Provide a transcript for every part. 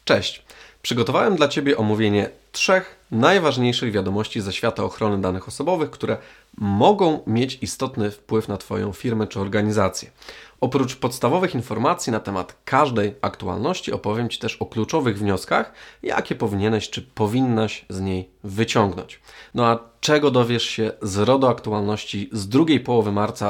Cześć! Przygotowałem dla Ciebie omówienie 3 najważniejszych wiadomości ze świata ochrony danych osobowych, które mogą mieć istotny wpływ na Twoją firmę czy organizację. Oprócz podstawowych informacji na temat każdej aktualności opowiem Ci też o kluczowych wnioskach, jakie powinieneś czy powinnaś z niej wyciągnąć. No a czego dowiesz się z RODO aktualności z drugiej połowy marca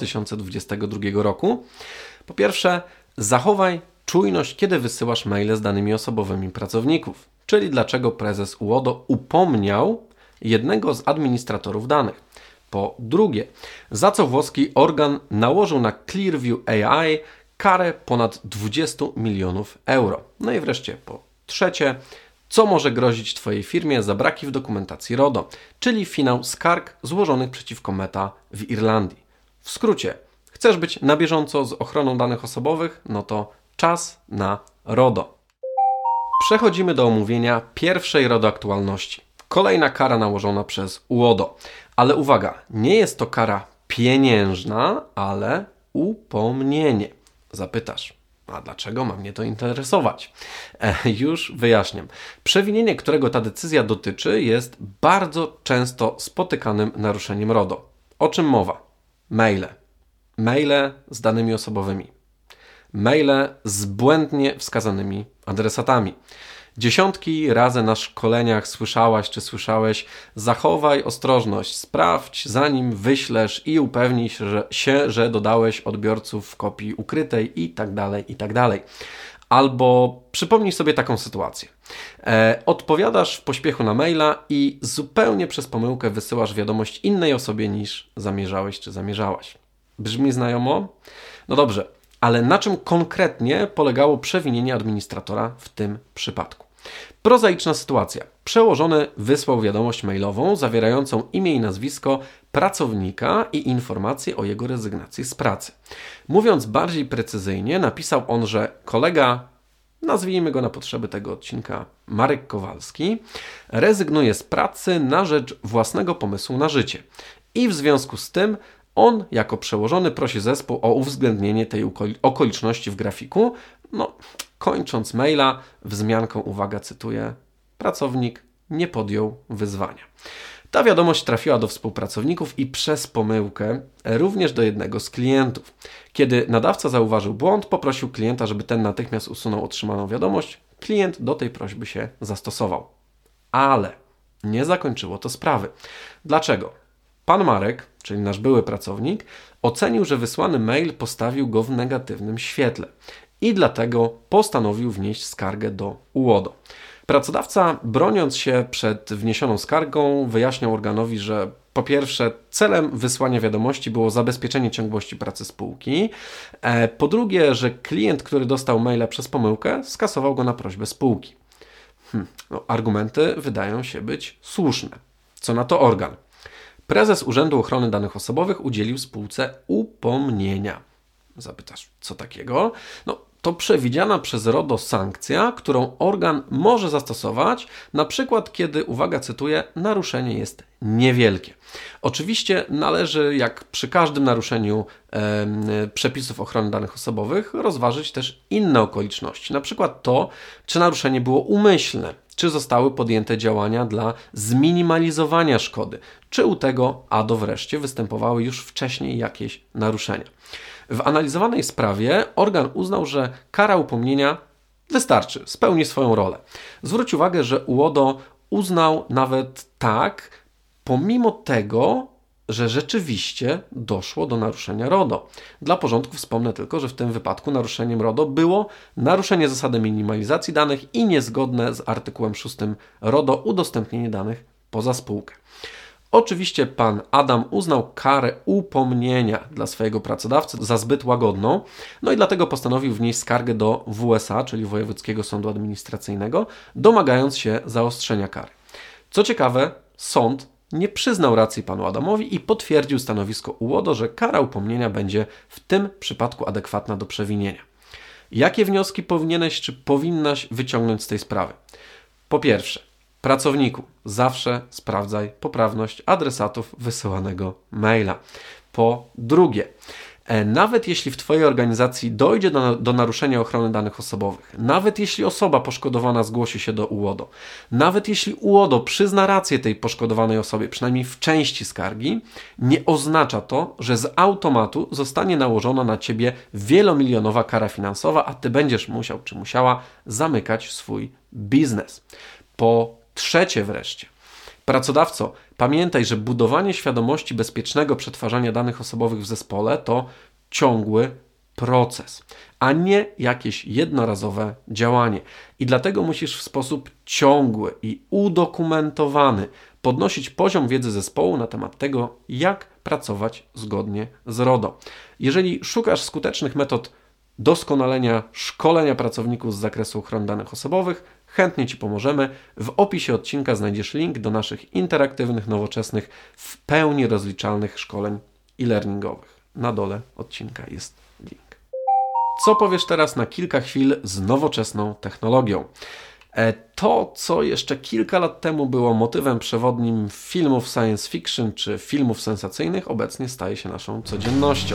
2022 roku? Po pierwsze, zachowaj czujność, kiedy wysyłasz maile z danymi osobowymi pracowników, czyli dlaczego prezes UODO upomniał jednego z administratorów danych. Po drugie, za co włoski organ nałożył na Clearview AI karę ponad 20 milionów euro. No i wreszcie po trzecie, co może grozić Twojej firmie za braki w dokumentacji RODO, czyli finał skarg złożonych przeciwko Meta w Irlandii. W skrócie, chcesz być na bieżąco z ochroną danych osobowych? No to czas na RODO. Przechodzimy do omówienia pierwszej RODO aktualności. Kolejna kara nałożona przez UODO. Ale uwaga, nie jest to kara pieniężna, ale upomnienie. Zapytasz, a dlaczego ma mnie to interesować? Już wyjaśniam. Przewinienie, którego ta decyzja dotyczy, jest bardzo często spotykanym naruszeniem RODO. O czym mowa? Maile. Maile z danymi osobowymi. Maile z błędnie wskazanymi adresatami. Dziesiątki razy na szkoleniach słyszałaś czy słyszałeś: zachowaj ostrożność, sprawdź zanim wyślesz i upewnij się, że dodałeś odbiorców w kopii ukrytej itd., itd. Albo przypomnij sobie taką sytuację. Odpowiadasz w pośpiechu na maila i zupełnie przez pomyłkę wysyłasz wiadomość innej osobie niż zamierzałeś czy zamierzałaś. Brzmi znajomo? No dobrze. Ale na czym konkretnie polegało przewinienie administratora w tym przypadku? Prozaiczna sytuacja. Przełożony wysłał wiadomość mailową zawierającą imię i nazwisko pracownika i informacje o jego rezygnacji z pracy. Mówiąc bardziej precyzyjnie, napisał on, że kolega, nazwijmy go na potrzeby tego odcinka Marek Kowalski, rezygnuje z pracy na rzecz własnego pomysłu na życie. I w związku z tym on, jako przełożony, prosi zespół o uwzględnienie tej okoliczności w grafiku. No, kończąc maila, wzmianką, uwaga, cytuję: pracownik nie podjął wyzwania. Ta wiadomość trafiła do współpracowników i przez pomyłkę również do jednego z klientów. Kiedy nadawca zauważył błąd, poprosił klienta, żeby ten natychmiast usunął otrzymaną wiadomość. Klient do tej prośby się zastosował. Ale nie zakończyło to sprawy. Dlaczego? Pan Marek, czyli nasz były pracownik, ocenił, że wysłany mail postawił go w negatywnym świetle i dlatego postanowił wnieść skargę do UODO. Pracodawca, broniąc się przed wniesioną skargą, wyjaśniał organowi, że po pierwsze celem wysłania wiadomości było zabezpieczenie ciągłości pracy spółki, po drugie, że klient, który dostał maila przez pomyłkę, skasował go na prośbę spółki. Argumenty wydają się być słuszne. Co na to organ? Prezes Urzędu Ochrony Danych Osobowych udzielił spółce upomnienia. Zapytasz, co takiego? To przewidziana przez RODO sankcja, którą organ może zastosować, na przykład kiedy, uwaga, cytuję, naruszenie jest niewielkie. Oczywiście należy, jak przy każdym naruszeniu przepisów ochrony danych osobowych, rozważyć też inne okoliczności. Na przykład to, czy naruszenie było umyślne, czy zostały podjęte działania dla zminimalizowania szkody, czy u tego ADO wreszcie występowały już wcześniej jakieś naruszenia. W analizowanej sprawie organ uznał, że kara upomnienia wystarczy, spełni swoją rolę. Zwróć uwagę, że UODO uznał nawet tak, pomimo tego, że rzeczywiście doszło do naruszenia RODO. Dla porządku wspomnę tylko, że w tym wypadku naruszeniem RODO było naruszenie zasady minimalizacji danych i niezgodne z artykułem 6 RODO udostępnienie danych poza spółkę. Oczywiście pan Adam uznał karę upomnienia dla swojego pracodawcy za zbyt łagodną, no i dlatego postanowił wnieść skargę do WSA, czyli Wojewódzkiego Sądu Administracyjnego, domagając się zaostrzenia kary. Co ciekawe, sąd nie przyznał racji panu Adamowi i potwierdził stanowisko UODO, że kara upomnienia będzie w tym przypadku adekwatna do przewinienia. Jakie wnioski powinieneś czy powinnaś wyciągnąć z tej sprawy? Po pierwsze, pracowniku, zawsze sprawdzaj poprawność adresatów wysyłanego maila. Po drugie, Nawet jeśli w Twojej organizacji dojdzie do naruszenia ochrony danych osobowych, nawet jeśli osoba poszkodowana zgłosi się do UODO, nawet jeśli UODO przyzna rację tej poszkodowanej osobie, przynajmniej w części skargi, nie oznacza to, że z automatu zostanie nałożona na Ciebie wielomilionowa kara finansowa, a Ty będziesz musiał czy musiała zamykać swój biznes. Po trzecie wreszcie, pracodawco, pamiętaj, że budowanie świadomości bezpiecznego przetwarzania danych osobowych w zespole to ciągły proces, a nie jakieś jednorazowe działanie. I dlatego musisz w sposób ciągły i udokumentowany podnosić poziom wiedzy zespołu na temat tego, jak pracować zgodnie z RODO. Jeżeli szukasz skutecznych metod doskonalenia szkolenia pracowników z zakresu ochrony danych osobowych, chętnie Ci pomożemy. W opisie odcinka znajdziesz link do naszych interaktywnych, nowoczesnych, w pełni rozliczalnych szkoleń e-learningowych. Na dole odcinka jest link. Co powiesz teraz na kilka chwil z nowoczesną technologią? To, co jeszcze kilka lat temu było motywem przewodnim filmów science fiction czy filmów sensacyjnych, obecnie staje się naszą codziennością.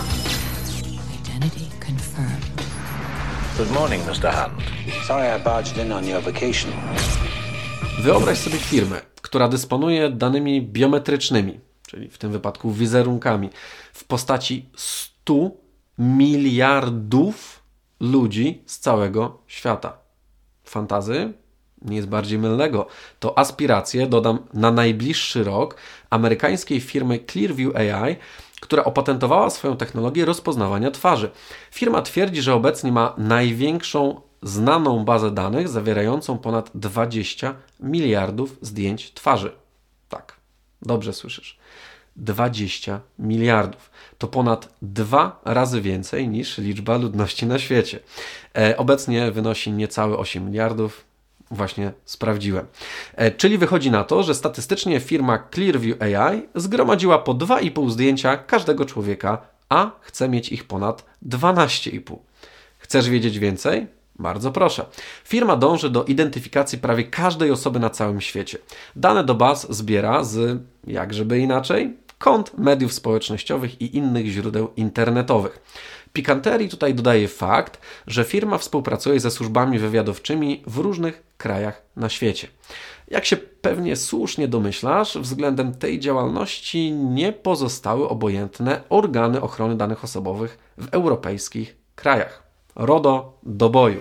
Good morning, Mr. Hunt. Sorry I barged in on your vacation. Wyobraź sobie firmę, która dysponuje danymi biometrycznymi, czyli w tym wypadku wizerunkami, w postaci 100 miliardów ludzi z całego świata. Fantazy? Nic bardziej mylnego. To aspiracje, dodam, na najbliższy rok amerykańskiej firmy Clearview AI, która opatentowała swoją technologię rozpoznawania twarzy. Firma twierdzi, że obecnie ma największą znaną bazę danych zawierającą ponad 20 miliardów zdjęć twarzy. Tak, dobrze słyszysz. 20 miliardów. To ponad 2 razy więcej niż liczba ludności na świecie. Obecnie wynosi niecałe 8 miliardów. Właśnie sprawdziłem. Czyli wychodzi na to, że statystycznie firma Clearview AI zgromadziła po 2,5 zdjęcia każdego człowieka, a chce mieć ich ponad 12,5. Chcesz wiedzieć więcej? Bardzo proszę. Firma dąży do identyfikacji prawie każdej osoby na całym świecie. Dane do baz zbiera z, jakżeby inaczej, kont mediów społecznościowych i innych źródeł internetowych. Pikanterii tutaj dodaje fakt, że firma współpracuje ze służbami wywiadowczymi w różnych krajach na świecie. Jak się pewnie słusznie domyślasz, względem tej działalności nie pozostały obojętne organy ochrony danych osobowych w europejskich krajach. RODO do boju.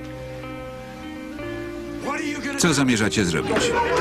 Co zamierzacie zrobić?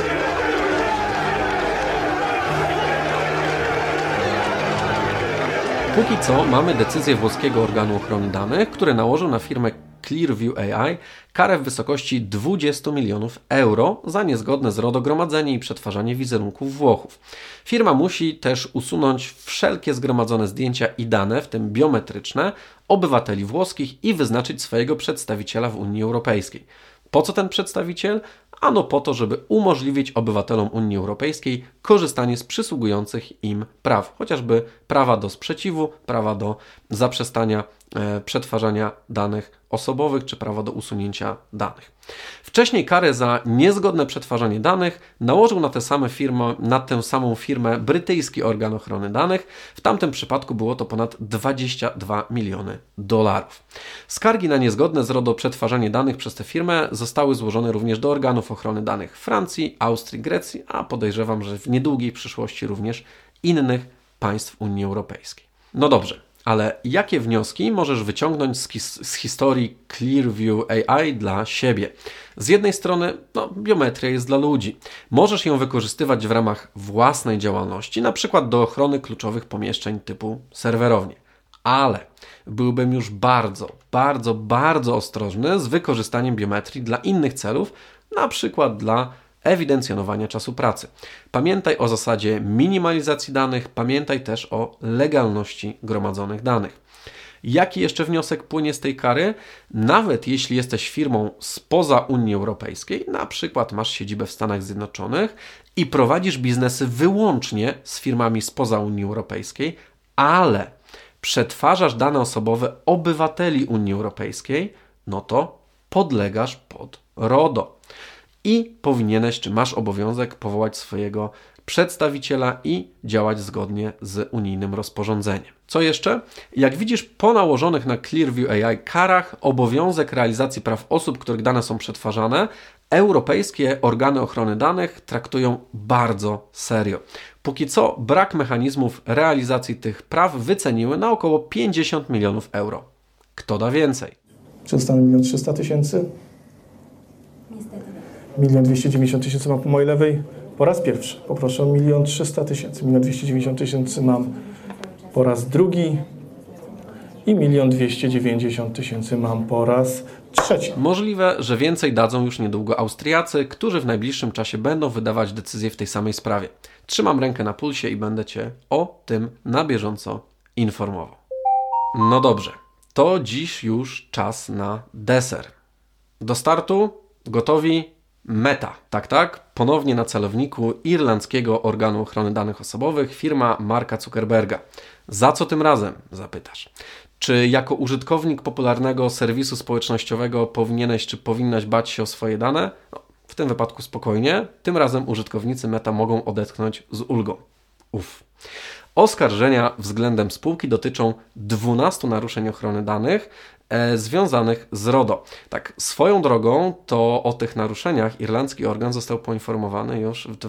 Póki co mamy decyzję włoskiego organu ochrony danych, który nałożył na firmę Clearview AI karę w wysokości 20 milionów euro za niezgodne z RODO gromadzenie i przetwarzanie wizerunków Włochów. Firma musi też usunąć wszelkie zgromadzone zdjęcia i dane, w tym biometryczne, obywateli włoskich i wyznaczyć swojego przedstawiciela w Unii Europejskiej. Po co ten przedstawiciel? Ano po to, żeby umożliwić obywatelom Unii Europejskiej korzystanie z przysługujących im praw, chociażby prawa do sprzeciwu, prawa do zaprzestania przetwarzania danych osobowych czy prawa do usunięcia danych. Wcześniej karę za niezgodne przetwarzanie danych nałożył na tę samą firmę brytyjski organ ochrony danych. W tamtym przypadku było to ponad 22 miliony dolarów. Skargi na niezgodne z RODO przetwarzanie danych przez tę firmę zostały złożone również do organów ochrony danych Francji, Austrii, Grecji, a podejrzewam, że w niedługiej przyszłości również innych państw Unii Europejskiej. No dobrze. Ale jakie wnioski możesz wyciągnąć z historii Clearview AI dla siebie? Z jednej strony, biometria jest dla ludzi. Możesz ją wykorzystywać w ramach własnej działalności, na przykład do ochrony kluczowych pomieszczeń typu serwerownie. Ale byłbym już bardzo ostrożny z wykorzystaniem biometrii dla innych celów, na przykład dla ewidencjonowania czasu pracy. Pamiętaj o zasadzie minimalizacji danych, pamiętaj też o legalności gromadzonych danych. Jaki jeszcze wniosek płynie z tej kary? Nawet jeśli jesteś firmą spoza Unii Europejskiej, na przykład masz siedzibę w Stanach Zjednoczonych i prowadzisz biznesy wyłącznie z firmami spoza Unii Europejskiej, ale przetwarzasz dane osobowe obywateli Unii Europejskiej, no to podlegasz pod RODO. I powinieneś, czy masz obowiązek powołać swojego przedstawiciela i działać zgodnie z unijnym rozporządzeniem. Co jeszcze? Jak widzisz, po nałożonych na Clearview AI karach obowiązek realizacji praw osób, których dane są przetwarzane, europejskie organy ochrony danych traktują bardzo serio. Póki co brak mechanizmów realizacji tych praw wyceniły na około 50 milionów euro. Kto da więcej? Przestanę 1 300 000. Niestety. 1 290 000 mam po mojej lewej. Po raz pierwszy. Poproszę o 1 300 000. 1 290 000 mam po raz drugi. I 1 290 000 mam po raz trzeci. Możliwe, że więcej dadzą już niedługo Austriacy, którzy w najbliższym czasie będą wydawać decyzje w tej samej sprawie. Trzymam rękę na pulsie i będę Cię o tym na bieżąco informował. No dobrze, to dziś już czas na deser. Do startu gotowi? Meta. Tak, ponownie na celowniku irlandzkiego organu ochrony danych osobowych firma Marka Zuckerberga. Za co tym razem? Zapytasz. Czy jako użytkownik popularnego serwisu społecznościowego powinieneś czy powinnaś bać się o swoje dane? No, w tym wypadku spokojnie. Tym razem użytkownicy Meta mogą odetchnąć z ulgą. Oskarżenia względem spółki dotyczą 12 naruszeń ochrony danych związanych z RODO. Tak, swoją drogą to o tych naruszeniach irlandzki organ został poinformowany już w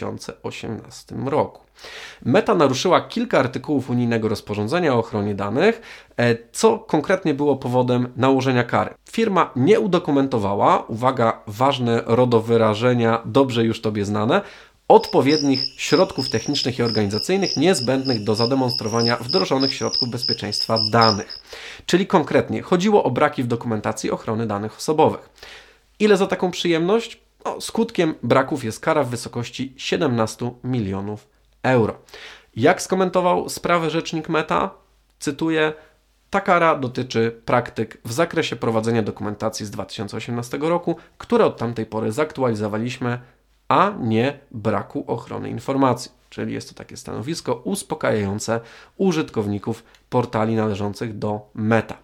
2018 roku. Meta naruszyła kilka artykułów unijnego rozporządzenia o ochronie danych, co konkretnie było powodem nałożenia kary. Firma nie udokumentowała, uwaga, ważne RODO wyrażenia, dobrze już Tobie znane, odpowiednich środków technicznych i organizacyjnych niezbędnych do zademonstrowania wdrożonych środków bezpieczeństwa danych. Czyli konkretnie chodziło o braki w dokumentacji ochrony danych osobowych. Ile za taką przyjemność? Skutkiem braków jest kara w wysokości 17 milionów euro. Jak skomentował sprawę rzecznik Meta? Cytuję: ta kara dotyczy praktyk w zakresie prowadzenia dokumentacji z 2018 roku, które od tamtej pory zaktualizowaliśmy, a nie braku ochrony informacji. Czyli jest to takie stanowisko uspokajające użytkowników portali należących do Meta.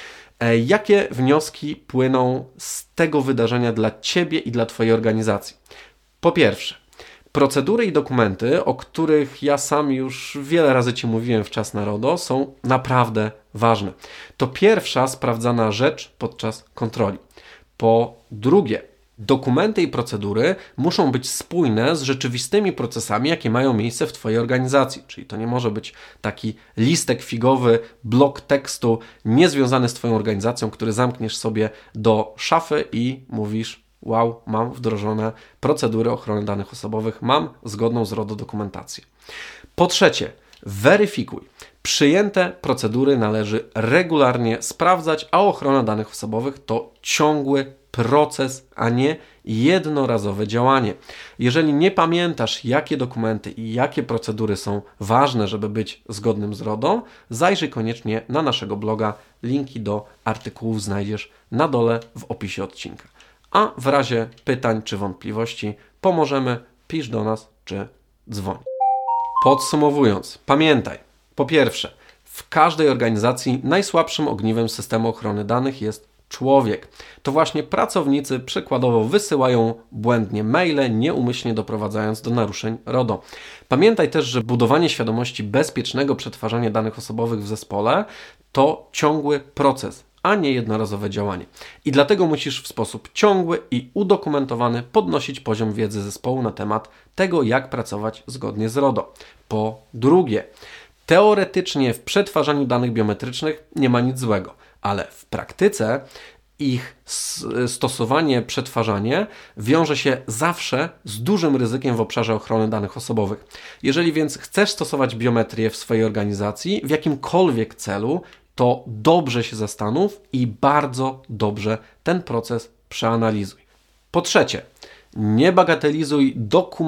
Jakie wnioski płyną z tego wydarzenia dla Ciebie i dla Twojej organizacji? Po pierwsze, procedury i dokumenty, o których ja sam już wiele razy Ci mówiłem w Czas na RODO, są naprawdę ważne. To pierwsza sprawdzana rzecz podczas kontroli. Po drugie, dokumenty i procedury muszą być spójne z rzeczywistymi procesami, jakie mają miejsce w Twojej organizacji. Czyli to nie może być taki listek figowy, blok tekstu niezwiązany z Twoją organizacją, który zamkniesz sobie do szafy i mówisz: wow, mam wdrożone procedury ochrony danych osobowych, mam zgodną z RODO dokumentację. Po trzecie, weryfikuj. Przyjęte procedury należy regularnie sprawdzać, a ochrona danych osobowych to ciągły proces, a nie jednorazowe działanie. Jeżeli nie pamiętasz, jakie dokumenty i jakie procedury są ważne, żeby być zgodnym z RODO, zajrzyj koniecznie na naszego bloga. Linki do artykułów znajdziesz na dole w opisie odcinka. A w razie pytań czy wątpliwości pomożemy, pisz do nas czy dzwoń. Podsumowując, pamiętaj, po pierwsze, w każdej organizacji najsłabszym ogniwem systemu ochrony danych jest człowiek. To właśnie pracownicy przykładowo wysyłają błędnie maile, nieumyślnie doprowadzając do naruszeń RODO. Pamiętaj też, że budowanie świadomości bezpiecznego przetwarzania danych osobowych w zespole to ciągły proces, a nie jednorazowe działanie. I dlatego musisz w sposób ciągły i udokumentowany podnosić poziom wiedzy zespołu na temat tego, jak pracować zgodnie z RODO. Po drugie, teoretycznie w przetwarzaniu danych biometrycznych nie ma nic złego, ale w praktyce ich stosowanie, przetwarzanie wiąże się zawsze z dużym ryzykiem w obszarze ochrony danych osobowych. Jeżeli więc chcesz stosować biometrię w swojej organizacji w jakimkolwiek celu, to dobrze się zastanów i bardzo dobrze ten proces przeanalizuj. Po trzecie, nie bagatelizuj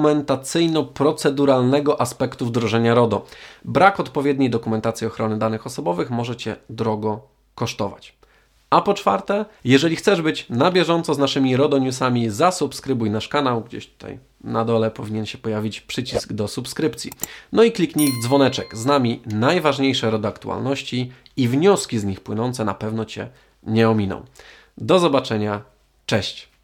dokumentacyjno-proceduralnego aspektu wdrożenia RODO. Brak odpowiedniej dokumentacji ochrony danych osobowych może Cię drogo kosztować. A po czwarte, jeżeli chcesz być na bieżąco z naszymi RODO Newsami, zasubskrybuj nasz kanał. Gdzieś tutaj na dole powinien się pojawić przycisk do subskrypcji. No i kliknij w dzwoneczek. Z nami najważniejsze RODO aktualności i wnioski z nich płynące na pewno Cię nie ominą. Do zobaczenia. Cześć!